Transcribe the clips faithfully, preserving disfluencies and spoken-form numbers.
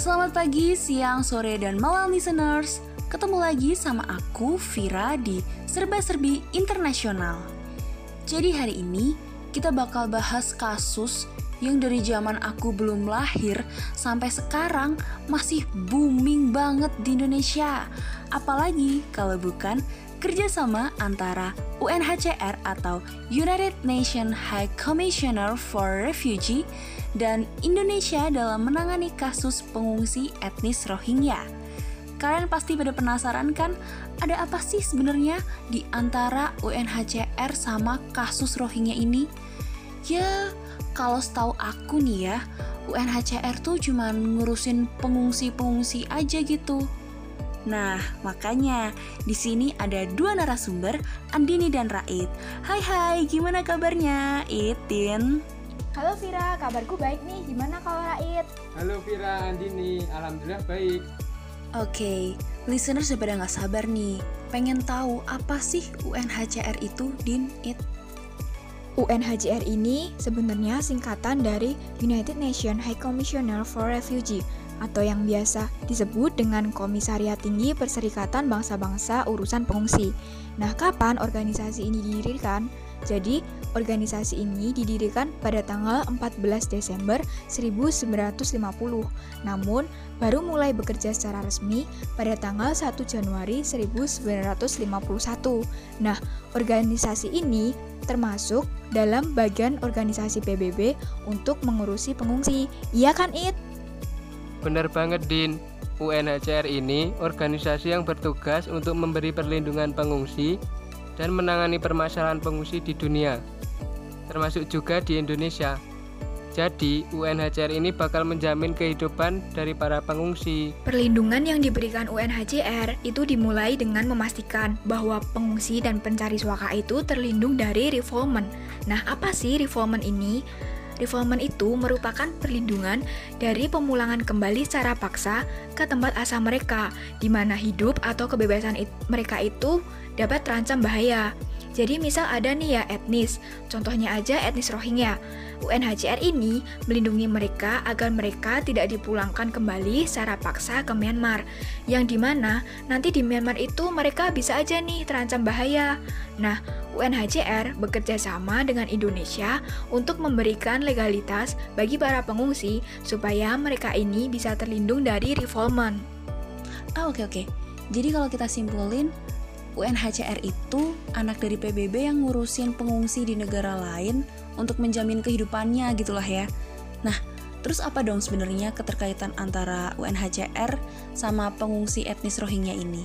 Selamat pagi, siang, sore, dan malam listeners. Ketemu lagi sama aku, Vira, di Serba-Serbi Internasional. Jadi hari ini kita bakal bahas kasus yang dari zaman aku belum lahir sampai sekarang masih booming banget di Indonesia. Apalagi kalau bukan kerjasama antara U N H C R atau United Nations High Commissioner for Refugee dan Indonesia dalam menangani kasus pengungsi etnis Rohingya. Kalian pasti pada penasaran kan, ada apa sih sebenarnya di antara U N H C R sama kasus Rohingya ini? Ya, kalau setahu aku nih ya, U N H C R tuh cuma ngurusin pengungsi-pengungsi aja gitu. Nah, makanya di sini ada dua narasumber, Andini dan Rait. Hai hai, gimana kabarnya, Itin? Halo Vira, kabarku baik nih. Gimana kalau Rait? Halo Vira, Andini, alhamdulillah baik. Oke, listeners udah pada gak sabar nih, pengen tahu apa sih U N H C R itu, Din, It? U N H C R ini sebenarnya singkatan dari United Nations High Commissioner for Refugee atau yang biasa disebut dengan Komisariat Tinggi Perserikatan Bangsa-Bangsa Urusan Pengungsi. Nah, kapan organisasi ini didirikan? Jadi, organisasi ini didirikan pada tanggal empat belas Desember seribu sembilan ratus lima puluh, namun baru mulai bekerja secara resmi pada tanggal satu Januari seribu sembilan ratus lima puluh satu. Nah, organisasi ini termasuk dalam bagian organisasi P B B untuk mengurusi pengungsi. Iya kan, It? Benar banget, Din. U N H C R ini organisasi yang bertugas untuk memberi perlindungan pengungsi dan menangani permasalahan pengungsi di dunia, termasuk juga di Indonesia. Jadi, U N H C R ini bakal menjamin kehidupan dari para pengungsi. Perlindungan yang diberikan U N H C R itu dimulai dengan memastikan bahwa pengungsi dan pencari suaka itu terlindung dari refoulement. Nah, apa sih refoulement ini? Refoulement itu merupakan perlindungan dari pemulangan kembali secara paksa ke tempat asal mereka, di mana hidup atau kebebasan it- mereka itu dapat terancam bahaya. Jadi misal ada nih ya etnis, contohnya aja etnis Rohingya. U N H C R ini melindungi mereka agar mereka tidak dipulangkan kembali secara paksa ke Myanmar, yang dimana nanti di Myanmar itu mereka bisa aja nih terancam bahaya. Nah, U N H C R bekerja sama dengan Indonesia untuk memberikan legalitas bagi para pengungsi supaya mereka ini bisa terlindung dari refoulement. Ah, oke oke. Jadi kalau kita simpulin, U N H C R itu anak dari P B B yang ngurusin pengungsi di negara lain untuk menjamin kehidupannya gitulah ya. Nah, terus apa dong sebenarnya keterkaitan antara U N H C R sama pengungsi etnis Rohingya ini?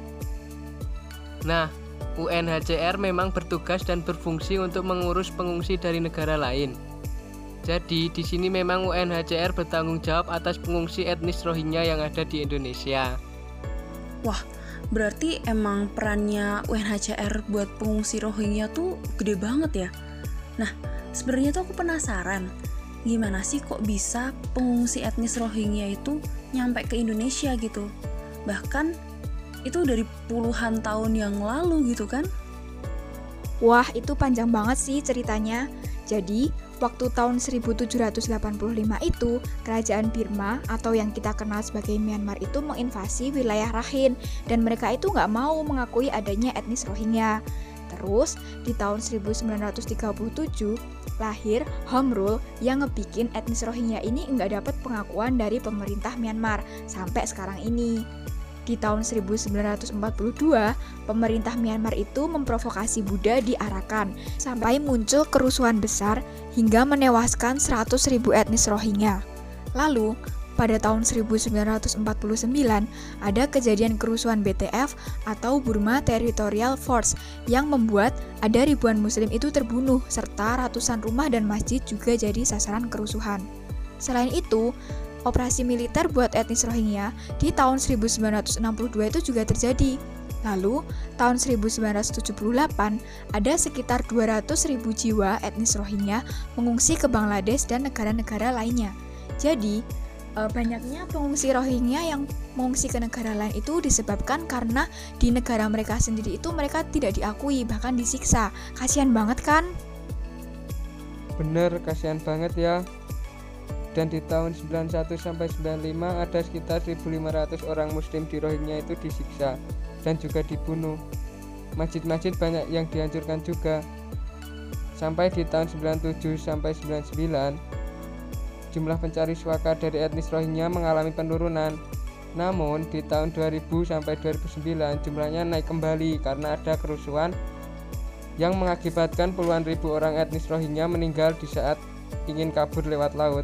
Nah, U N H C R memang bertugas dan berfungsi untuk mengurus pengungsi dari negara lain. Jadi, di sini memang U N H C R bertanggung jawab atas pengungsi etnis Rohingya yang ada di Indonesia. Wah, berarti emang perannya U N H C R buat pengungsi Rohingya tuh gede banget ya. Nah, sebenarnya tuh aku penasaran, gimana sih kok bisa pengungsi etnis Rohingya itu nyampe ke Indonesia gitu? Bahkan itu dari puluhan tahun yang lalu gitu kan? Wah, itu panjang banget sih ceritanya. Jadi, waktu tahun seribu tujuh ratus delapan puluh lima itu, kerajaan Burma atau yang kita kenal sebagai Myanmar itu menginvasi wilayah Rakhine dan mereka itu nggak mau mengakui adanya etnis Rohingya. Terus, di tahun seribu sembilan ratus tiga puluh tujuh, lahir Home Rule yang ngebikin etnis Rohingya ini nggak dapat pengakuan dari pemerintah Myanmar sampai sekarang ini. Di tahun seribu sembilan ratus empat puluh dua, pemerintah Myanmar itu memprovokasi Buddha di Arakan sampai muncul kerusuhan besar hingga menewaskan seratus ribu etnis Rohingya. Lalu, pada tahun seribu sembilan ratus empat puluh sembilan, ada kejadian kerusuhan B T F atau Burma Territorial Force yang membuat ada ribuan muslim itu terbunuh serta ratusan rumah dan masjid juga jadi sasaran kerusuhan. Selain itu, operasi militer buat etnis Rohingya di tahun seribu sembilan ratus enam puluh dua itu juga terjadi. Lalu, tahun seribu sembilan ratus tujuh puluh delapan, ada sekitar dua ratus ribu jiwa etnis Rohingya mengungsi ke Bangladesh dan negara-negara lainnya. Jadi, banyaknya pengungsi Rohingya yang mengungsi ke negara lain itu disebabkan karena di negara mereka sendiri itu mereka tidak diakui, bahkan disiksa. Kasian banget kan? Bener, kasihan banget ya. dan di tahun sembilan puluh satu sampai sembilan puluh lima ada sekitar seribu lima ratus orang muslim di Rohingya itu disiksa dan juga dibunuh. Masjid-masjid banyak yang dihancurkan juga. Sampai di tahun sembilan puluh tujuh sampai sembilan puluh sembilan jumlah pencari suaka dari etnis Rohingya mengalami penurunan. Namun di tahun dua ribu sampai dua ribu sembilan jumlahnya naik kembali karena ada kerusuhan yang mengakibatkan puluhan ribu orang etnis Rohingya meninggal di saat ingin kabur lewat laut.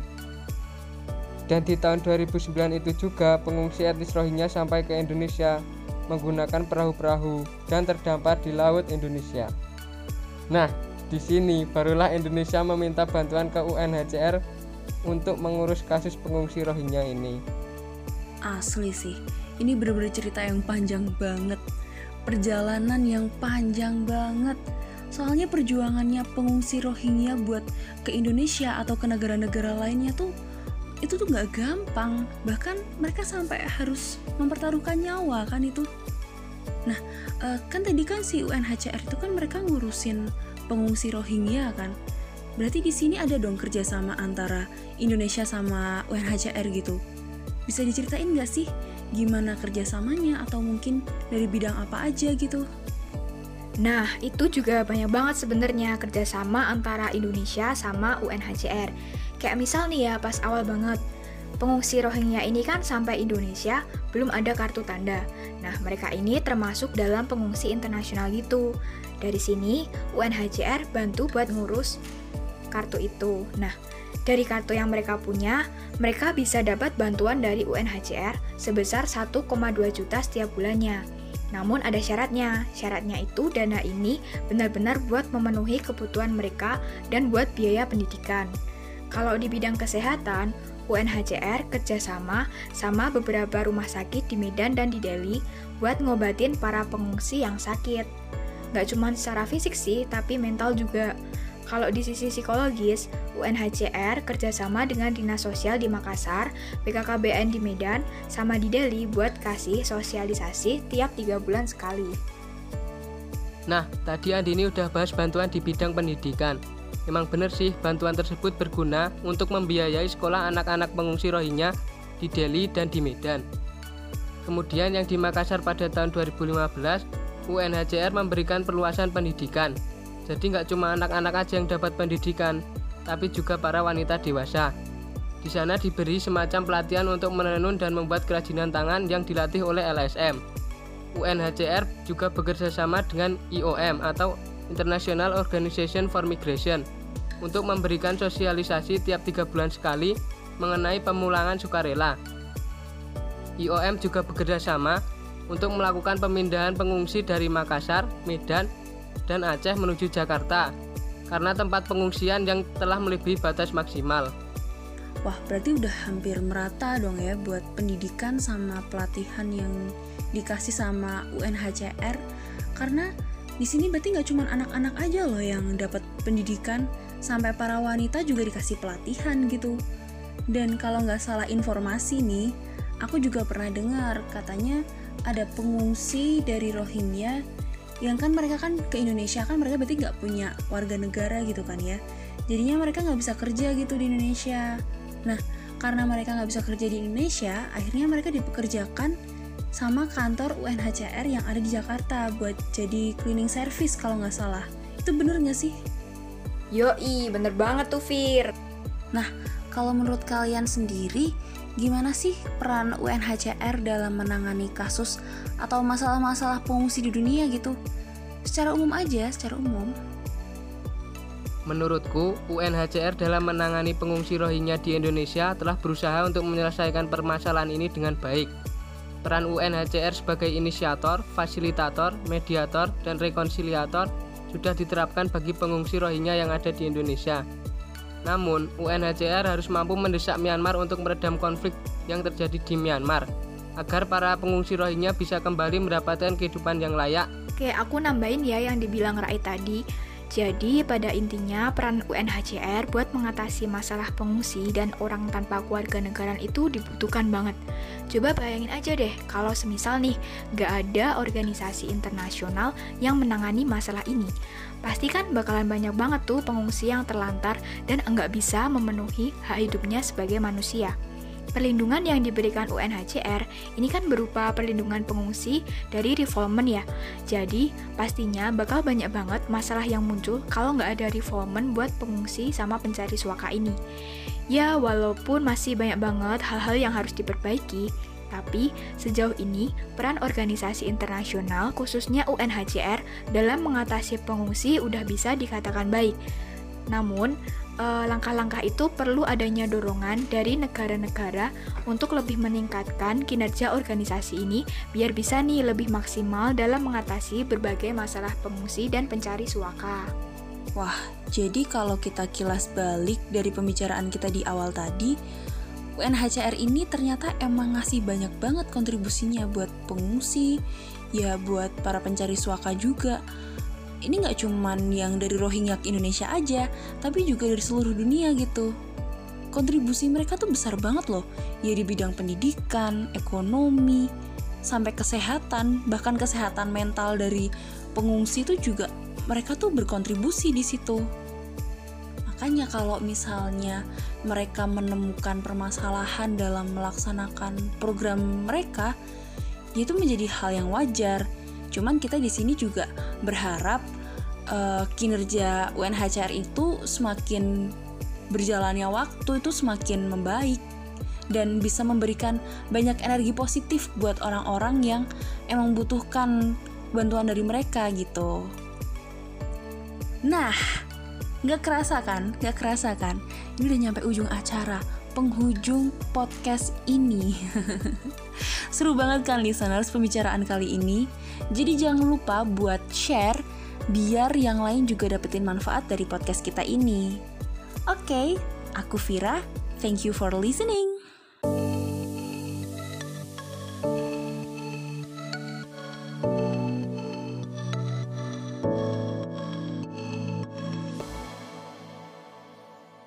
Dan di tahun dua ribu sembilan itu juga pengungsi etnis Rohingya sampai ke Indonesia menggunakan perahu-perahu dan terdampar di laut Indonesia. Nah, di sini barulah Indonesia meminta bantuan ke U N H C R untuk mengurus kasus pengungsi Rohingya ini. Asli sih, ini bener-bener cerita yang panjang banget, perjalanan yang panjang banget. Soalnya perjuangannya pengungsi Rohingya buat ke Indonesia atau ke negara-negara lainnya tuh itu tuh gak gampang, bahkan mereka sampai harus mempertaruhkan nyawa kan itu. Nah, kan tadi kan si U N H C R itu kan mereka ngurusin pengungsi Rohingya kan. Berarti di sini ada dong kerjasama antara Indonesia sama U N H C R gitu. Bisa diceritain gak sih gimana kerjasamanya atau mungkin dari bidang apa aja gitu? Nah, itu juga banyak banget sebenarnya kerjasama antara Indonesia sama U N H C R. Kayak misal nih ya, pas awal banget, pengungsi Rohingya ini kan sampai Indonesia belum ada kartu tanda. Nah, mereka ini termasuk dalam pengungsi internasional gitu. Dari sini, U N H C R bantu buat ngurus kartu itu. Nah, dari kartu yang mereka punya, mereka bisa dapat bantuan dari U N H C R sebesar satu koma dua juta setiap bulannya. Namun ada syaratnya. Syaratnya itu dana ini benar-benar buat memenuhi kebutuhan mereka dan buat biaya pendidikan. Kalau di bidang kesehatan, U N H C R kerjasama sama beberapa rumah sakit di Medan dan di Delhi buat ngobatin para pengungsi yang sakit. Gak cuma secara fisik sih, tapi mental juga. Kalau di sisi psikologis, U N H C R kerjasama dengan Dinas Sosial di Makassar, B K K B N di Medan, sama di Delhi buat kasih sosialisasi tiap tiga bulan sekali. Nah, tadi Andini udah bahas bantuan di bidang pendidikan. Emang bener sih, bantuan tersebut berguna untuk membiayai sekolah anak-anak pengungsi Rohingya di Delhi dan di Medan. Kemudian yang di Makassar pada tahun dua ribu lima belas, U N H C R memberikan perluasan pendidikan. Jadi nggak cuma anak-anak aja yang dapat pendidikan, tapi juga para wanita dewasa. Di sana diberi semacam pelatihan untuk menenun dan membuat kerajinan tangan yang dilatih oleh L S M. U N H C R juga bekerja sama dengan I O M atau International Organization for Migration untuk memberikan sosialisasi tiap tiga bulan sekali mengenai pemulangan sukarela. I O M juga bekerja sama untuk melakukan pemindahan pengungsi dari Makassar, Medan, dan Aceh menuju Jakarta karena tempat pengungsian yang telah melebihi batas maksimal. Wah, berarti udah hampir merata dong ya buat pendidikan sama pelatihan yang dikasih sama U N H C R. Karena di sini berarti nggak cuma anak-anak aja loh yang dapat pendidikan, sampai para wanita juga dikasih pelatihan gitu. Dan kalau nggak salah informasi nih, aku juga pernah dengar katanya ada pengungsi dari Rohingya yang kan mereka kan ke Indonesia, kan mereka berarti nggak punya warga negara gitu kan ya. Jadinya mereka nggak bisa kerja gitu di Indonesia. Nah, karena mereka nggak bisa kerja di Indonesia, akhirnya mereka dipekerjakan sama kantor U N H C R yang ada di Jakarta buat jadi cleaning service kalau nggak salah. Itu bener nggak sih? Yoi, bener banget tuh Fir. Nah, kalau menurut kalian sendiri, gimana sih peran U N H C R dalam menangani kasus atau masalah-masalah pengungsi di dunia gitu? Secara umum aja, secara umum. Menurutku, U N H C R dalam menangani pengungsi Rohingya di Indonesia telah berusaha untuk menyelesaikan permasalahan ini dengan baik. Peran U N H C R sebagai inisiator, fasilitator, mediator, dan rekonsiliator sudah diterapkan bagi pengungsi Rohingya yang ada di Indonesia. Namun, U N H C R harus mampu mendesak Myanmar untuk meredam konflik yang terjadi di Myanmar, agar para pengungsi Rohingya bisa kembali mendapatkan kehidupan yang layak. Oke, aku nambahin ya yang dibilang Rai tadi. Jadi pada intinya peran U N H C R buat mengatasi masalah pengungsi dan orang tanpa keluarga negaraan itu dibutuhkan banget. Coba bayangin aja deh kalau semisal nih gak ada organisasi internasional yang menangani masalah ini. Pasti kan bakalan banyak banget tuh pengungsi yang terlantar dan enggak bisa memenuhi hak hidupnya sebagai manusia. Perlindungan yang diberikan U N H C R ini kan berupa perlindungan pengungsi dari resettlement ya. Jadi pastinya bakal banyak banget masalah yang muncul kalau nggak ada resettlement buat pengungsi sama pencari suaka ini. Ya walaupun masih banyak banget hal-hal yang harus diperbaiki, tapi sejauh ini peran organisasi internasional khususnya U N H C R dalam mengatasi pengungsi udah bisa dikatakan baik. Namun, eh, langkah-langkah itu perlu adanya dorongan dari negara-negara untuk lebih meningkatkan kinerja organisasi ini biar bisa nih lebih maksimal dalam mengatasi berbagai masalah pengungsi dan pencari suaka. Wah, jadi kalau kita kilas balik dari pembicaraan kita di awal tadi, U N H C R ini ternyata emang ngasih banyak banget kontribusinya buat pengungsi, ya buat para pencari suaka juga. Ini nggak cuman yang dari Rohingya ke Indonesia aja, tapi juga dari seluruh dunia gitu. Kontribusi mereka tuh besar banget loh, ya di bidang pendidikan, ekonomi, sampai kesehatan, bahkan kesehatan mental dari pengungsi itu juga mereka tuh berkontribusi di situ. Makanya kalau misalnya mereka menemukan permasalahan dalam melaksanakan program mereka, itu menjadi hal yang wajar. Cuman kita di sini juga berharap uh, kinerja U N H C R itu semakin berjalannya waktu itu semakin membaik dan bisa memberikan banyak energi positif buat orang-orang yang emang butuhkan bantuan dari mereka gitu. Nah, nggak kerasa kan? Nggak kerasa kan? Ini udah nyampe ujung acara, penghujung podcast ini. Seru banget kan listeners pembicaraan kali ini. Jadi jangan lupa buat share biar yang lain juga dapetin manfaat dari podcast kita ini. Oke, okay, aku Vira. Thank you for listening. Thank you.